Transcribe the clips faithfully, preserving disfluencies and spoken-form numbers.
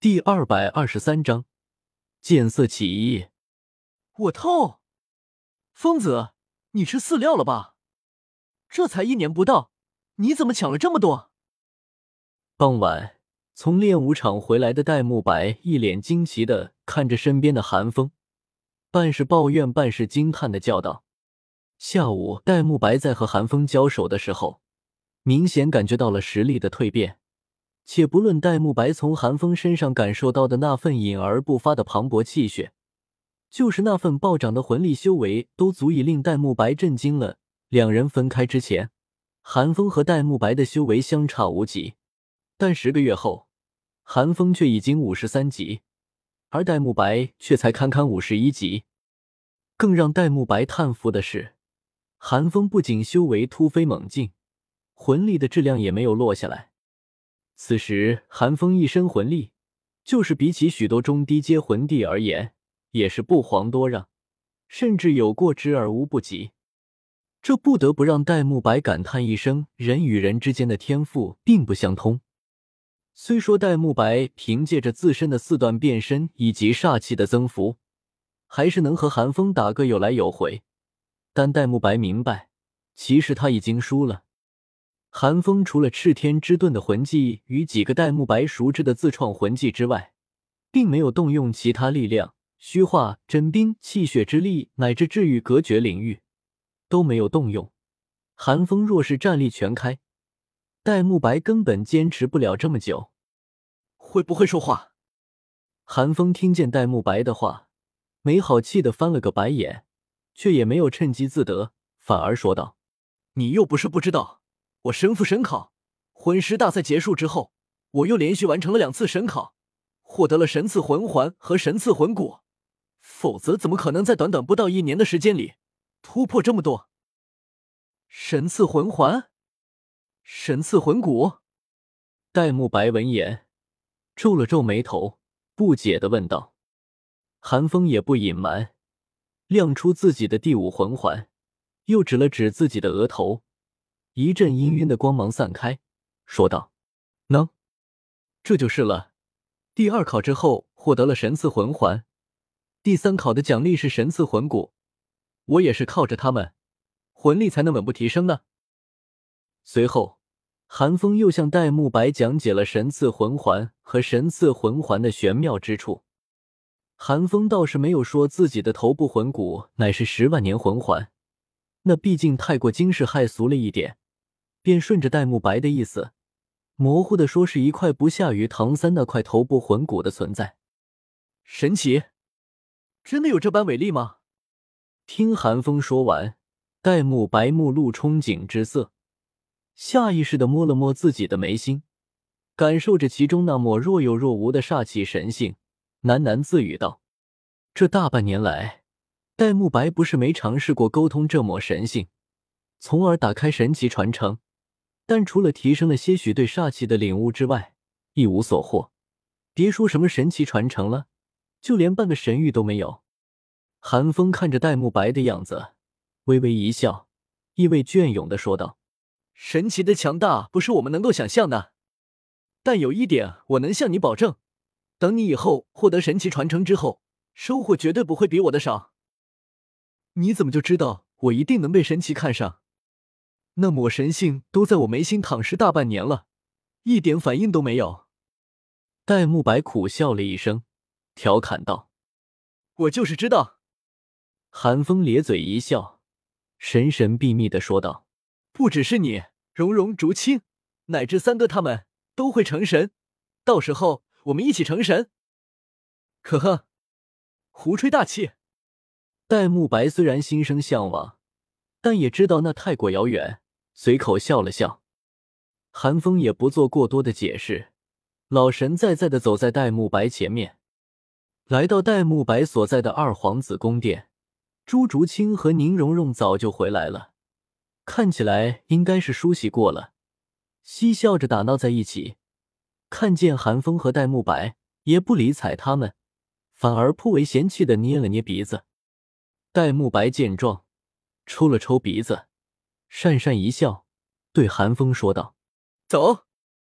第二百二十三章见色起意。 我透！疯子，你吃饲料了吧？这才一年不到，你怎么抢了这么多？ 傍晚，从练武场回来的戴沐白一脸惊奇地看着身边的韩风，半是抱怨半是惊叹地叫道。下午戴沐白在和韩风交手的时候，明显感觉到了实力的蜕变，且不论戴沐白从韩风身上感受到的那份隐而不发的磅礴气血，就是那份暴涨的魂力修为，都足以令戴沐白震惊了。两人分开之前，韩风和戴沐白的修为相差无几，但十个月后，韩风却已经五十三级，而戴沐白却才堪堪五十一级。更让戴沐白叹服的是，韩风不仅修为突飞猛进，魂力的质量也没有落下来。此时韩风一身魂力，就是比起许多中低阶魂帝而言，也是不遑多让，甚至有过之而无不及。这不得不让戴沐白感叹一声，人与人之间的天赋并不相通。虽说戴沐白凭借着自身的四段变身以及煞气的增幅，还是能和韩风打个有来有回，但戴沐白明白，其实他已经输了。韩风除了赤天之盾的魂技与几个戴沐白熟知的自创魂技之外，并没有动用其他力量，虚化、真冰、气血之力乃至治愈隔绝领域都没有动用。韩风若是战力全开，戴沐白根本坚持不了这么久。 会不会说话？ 韩风听见戴沐白的话，没好气地翻了个白眼，却也没有趁机自得，反而说道： 你又不是不知道，我身负神考，魂师大赛结束之后，我又连续完成了两次神考，获得了神赐魂环和神赐魂骨，否则怎么可能在短短不到一年的时间里突破这么多？神赐魂环，神赐魂骨。 戴沐白闻言皱了皱眉头，不解地问道。韩风也不隐瞒，亮出自己的第五魂环，又指了指自己的额头，一阵氤氲的光芒散开，说道：能，这就是了。第二考之后获得了神赐魂环，第三考的奖励是神赐魂骨，我也是靠着他们，魂力才能稳步提升呢。随后韩风又向戴沐白讲解了神赐魂环和神赐魂环的玄妙之处。韩风倒是没有说自己的头部魂骨乃是十万年魂环，那毕竟太过惊世骇俗了一点，便顺着戴沐白的意思，模糊地说是一块不下于唐三那块头部魂骨的存在。 神奇，真的有这般伟力吗？ 听韩风说完，戴沐白目露憧憬之色，下意识地摸了摸自己的眉心，感受着其中那抹若有若无的煞气神性，喃喃自语道：这大半年来，戴沐白不是没尝试过沟通这抹神性，从而打开神奇传承，但除了提升了些许对煞气的领悟之外，一无所获。别说什么神奇传承了，就连半个神域都没有。韩风看着戴沐白的样子，微微一笑，意味隽永地说道： 神奇的强大不是我们能够想象的，但有一点我能向你保证，等你以后获得神奇传承之后，收获绝对不会比我的少。你怎么就知道我一定能被神奇看上？那抹神性都在我眉心躺尸大半年了，一点反应都没有。 戴沐白苦笑了一声，调侃道： 我就是知道。 韩风咧嘴一笑，神神秘秘地说道： 不只是你，蓉蓉、竹青，乃至三哥他们都会成神，到时候我们一起成神。可呵，胡吹大气。 戴沐白虽然心生向往，但也知道那太过遥远，随口笑了笑。韩风也不做过多的解释，老神在在地走在戴沐白前面。来到戴沐白所在的二皇子宫殿，朱竹清和宁荣荣早就回来了，看起来应该是梳洗过了，嬉笑着打闹在一起。看见韩风和戴沐白，也不理睬他们，反而颇为嫌弃地捏了捏鼻子。戴沐白见状，抽了抽鼻子，讪讪一笑，对韩风说道： 走。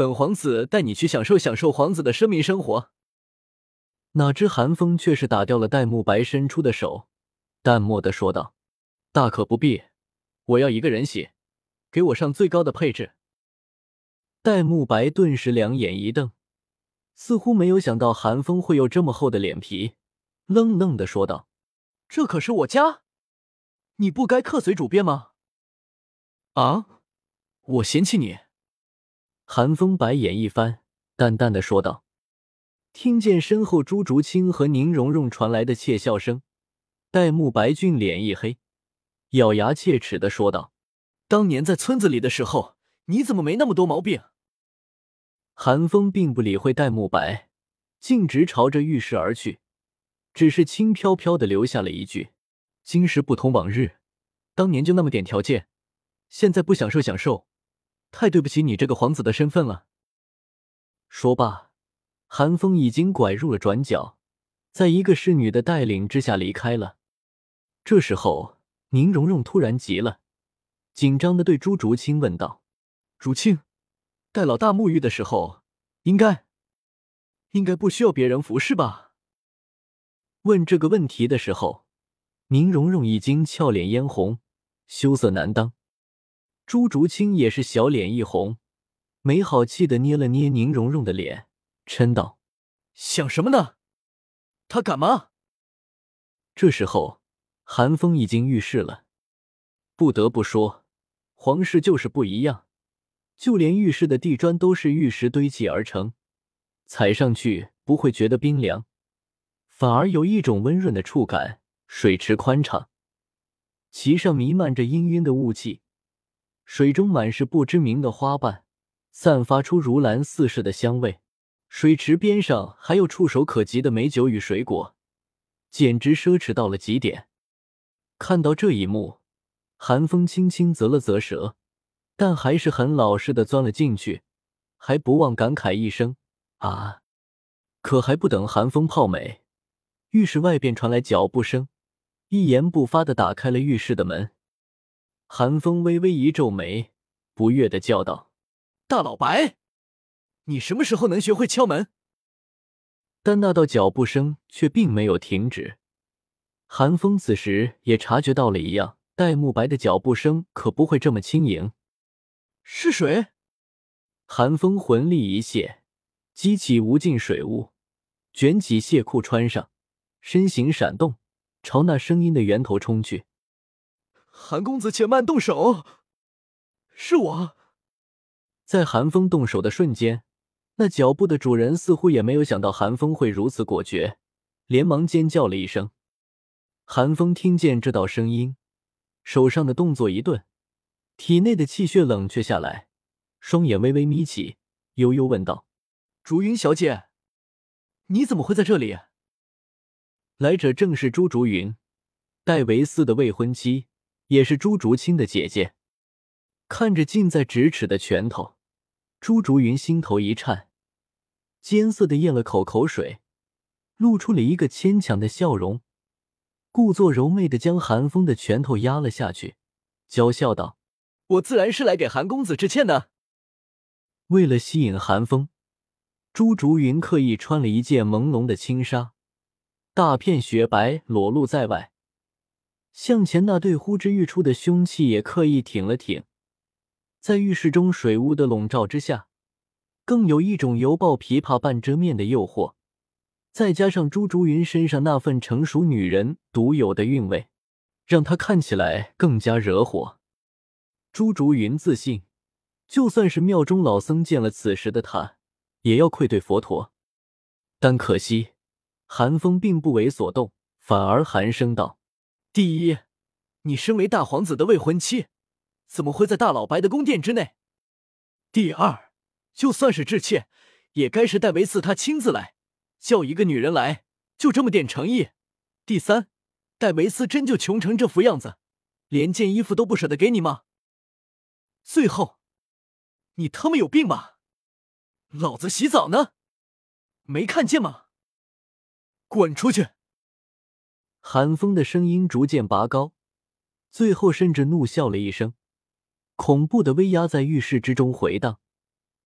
本皇子带你去享受享受皇子的奢靡生活。 哪知韩风却是打掉了戴沐白伸出的手，淡漠地说道：“大可不必，我要一个人洗，给我上最高的配置。”戴沐白顿时两眼一瞪，似乎没有想到韩风会有这么厚的脸皮，愣愣地说道：“ 这可是我家，你不该客随主便吗？”啊，我嫌弃你。 韩风白眼一翻，淡淡的说道。听见身后朱竹清和宁荣荣传来的窃笑声，戴沐白俊脸一黑，咬牙切齿的说道：“ 当年在村子里的时候，你怎么没那么多毛病？” 韩风并不理会戴沐白，径直朝着浴室而去，只是轻飘飘的留下了一句：“今时不同往日，当年就那么点条件，现在不享受享受，太对不起你这个皇子的身份了。”说罢，韩风已经拐入了转角，在一个侍女的带领之下离开了。这时候，宁荣荣突然急了，紧张地对朱竹清问道：“ 竹清，戴老大沐浴的时候，应该应该不需要别人服侍吧？” 问这个问题的时候，宁荣荣已经俏脸嫣红，羞涩难当。朱竹清也是小脸一红，没好气地捏了捏宁荣荣的脸，嗔道：“ 想什么呢？他敢吗？” 这时候，韩风已经浴室了。不得不说，皇室就是不一样，就连浴室的地砖都是玉石堆砌而成，踩上去不会觉得冰凉，反而有一种温润的触感。水池宽敞，其上弥漫着氤氲的雾气，水中满是不知名的花瓣，散发出如兰似麝的香味。水池边上还有触手可及的美酒与水果，简直奢侈到了极点。看到这一幕，韩风轻轻啧了啧舌，但还是很老实地钻了进去，还不忘感慨一声：“啊！”可还不等韩风泡美，浴室外边传来脚步声，一言不发地打开了浴室的门。韩风微微一皱眉，不悦地叫道：“ 大老白，你什么时候能学会敲门？” 但那道脚步声却并没有停止。韩风此时也察觉到了一样，戴沐白的脚步声可不会这么轻盈。 是谁？ 韩风魂力一泄，激起无尽水雾，卷起亵裤穿上，身形闪动，朝那声音的源头冲去。 韩公子且慢动手，是我。 在韩风动手的瞬间，那脚步的主人似乎也没有想到韩风会如此果决，连忙尖叫了一声。韩风听见这道声音，手上的动作一顿，体内的气血冷却下来，双眼微微眯起，悠悠问道：“ 竹云小姐，你怎么会在这里？” 来者正是朱竹云，戴维斯的未婚妻，也是朱竹清的姐姐。看着近在咫尺的拳头，朱竹云心头一颤，艰涩地咽了口口水，露出了一个牵强的笑容，故作柔媚地将韩风的拳头压了下去，娇笑道：“ 我自然是来给韩公子致歉的。” 为了吸引韩风，朱竹云刻意穿了一件朦胧的轻纱，大片雪白裸露在外，向前那对呼之欲出的凶器也刻意挺了挺。在浴室中水雾的笼罩之下，更有一种犹抱琵琶半遮面的诱惑，再加上朱竹云身上那份成熟女人独有的韵味，让她看起来更加惹火。朱竹云自信，就算是庙中老僧见了此时的她，也要愧对佛陀。但可惜，韩风并不为所动，反而寒声道：“ 第一，你身为大皇子的未婚妻，怎么会在大老白的宫殿之内？第二，就算是致歉，也该是戴维斯他亲自来，叫一个女人来，就这么点诚意。第三，戴维斯真就穷成这副样子，连件衣服都不舍得给你吗？最后，你他妈有病吧？老子洗澡呢，没看见吗？滚出去！” 韩风的声音逐渐拔高，最后甚至怒笑了一声，恐怖的威压在浴室之中回荡，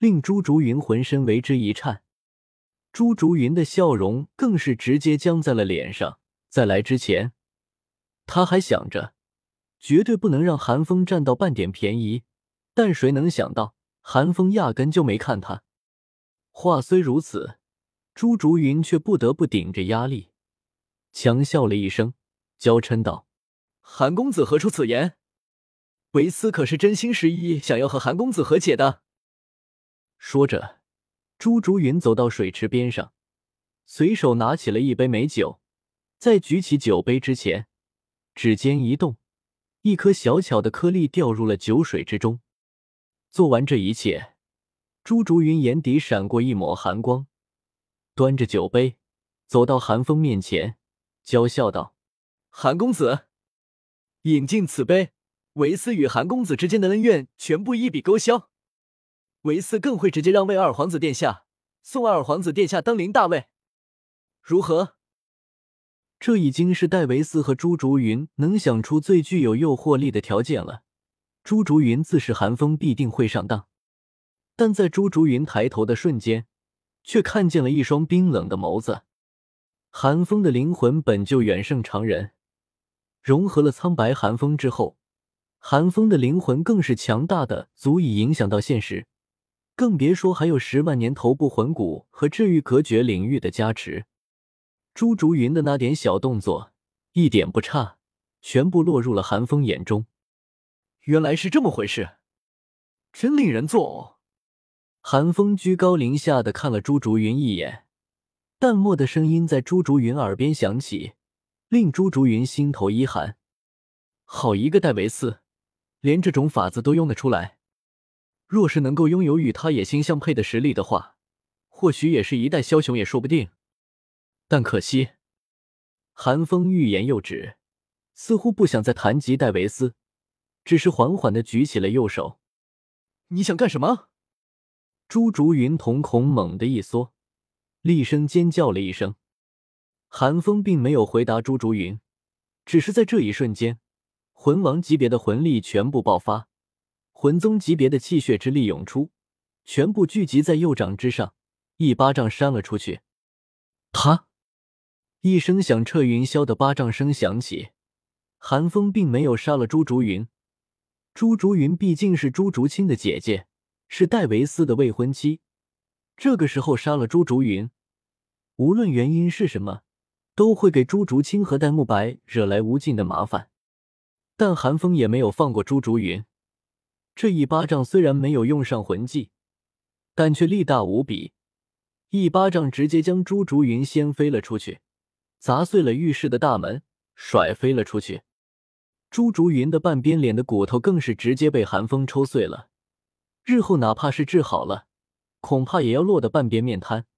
令朱竹云浑身为之一颤。朱竹云的笑容更是直接僵在了脸上。在来之前，他还想着绝对不能让韩风占到半点便宜，但谁能想到韩风压根就没看他。话虽如此，朱竹云却不得不顶着压力，强笑了一声，娇嗔道： 韩公子何出此言？维斯可是真心实意想要和韩公子和解的。 说着，朱竹云走到水池边上，随手拿起了一杯美酒，在举起酒杯之前，指尖一动，一颗小巧的颗粒掉入了酒水之中。做完这一切，朱竹云眼底闪过一抹寒光，端着酒杯走到韩风面前，娇笑道： 韩公子，饮尽此杯，维斯与韩公子之间的恩怨全部一笔勾销。维斯更会直接让位二皇子殿下，送二皇子殿下登临大位，如何？ 这已经是戴维斯和朱竹云能想出最具有诱惑力的条件了。朱竹云自是韩风必定会上当，但在朱竹云抬头的瞬间，却看见了一双冰冷的眸子。韩风的灵魂本就远胜常人，融合了苍白寒风之后，韩风的灵魂更是强大的足以影响到现实，更别说还有十万年头部魂骨和治愈隔绝领域的加持。朱竹云的那点小动作一点不差，全部落入了韩风眼中。 原来是这么回事，真令人作呕。 韩风居高临下的看了朱竹云一眼，淡漠的声音在朱竹云耳边响起，令朱竹云心头一寒。好一个戴维斯，连这种法子都用得出来。若是能够拥有与他野心相配的实力的话，或许也是一代枭雄也说不定。但可惜，韩风欲言又止，似乎不想再谈及戴维斯，只是缓缓地举起了右手。 你想干什么？ 朱竹云瞳孔猛地一缩，厉声尖叫了一声。韩风并没有回答朱竹云，只是在这一瞬间，魂王级别的魂力全部爆发，魂宗级别的气血之力涌出，全部聚集在右掌之上，一巴掌扇了出去。他一声响彻云霄的巴掌声响起，韩风并没有杀了朱竹云。朱竹云毕竟是朱竹清的姐姐，是戴维斯的未婚妻，这个时候杀了朱竹云，无论原因是什么，都会给朱竹清和戴沐白惹来无尽的麻烦。但韩风也没有放过朱竹云，这一巴掌虽然没有用上魂技，但却力大无比，一巴掌直接将朱竹云掀飞了出去，砸碎了浴室的大门，甩飞了出去。朱竹云的半边脸的骨头更是直接被寒风抽碎了，日后哪怕是治好了，恐怕也要落得半边面瘫。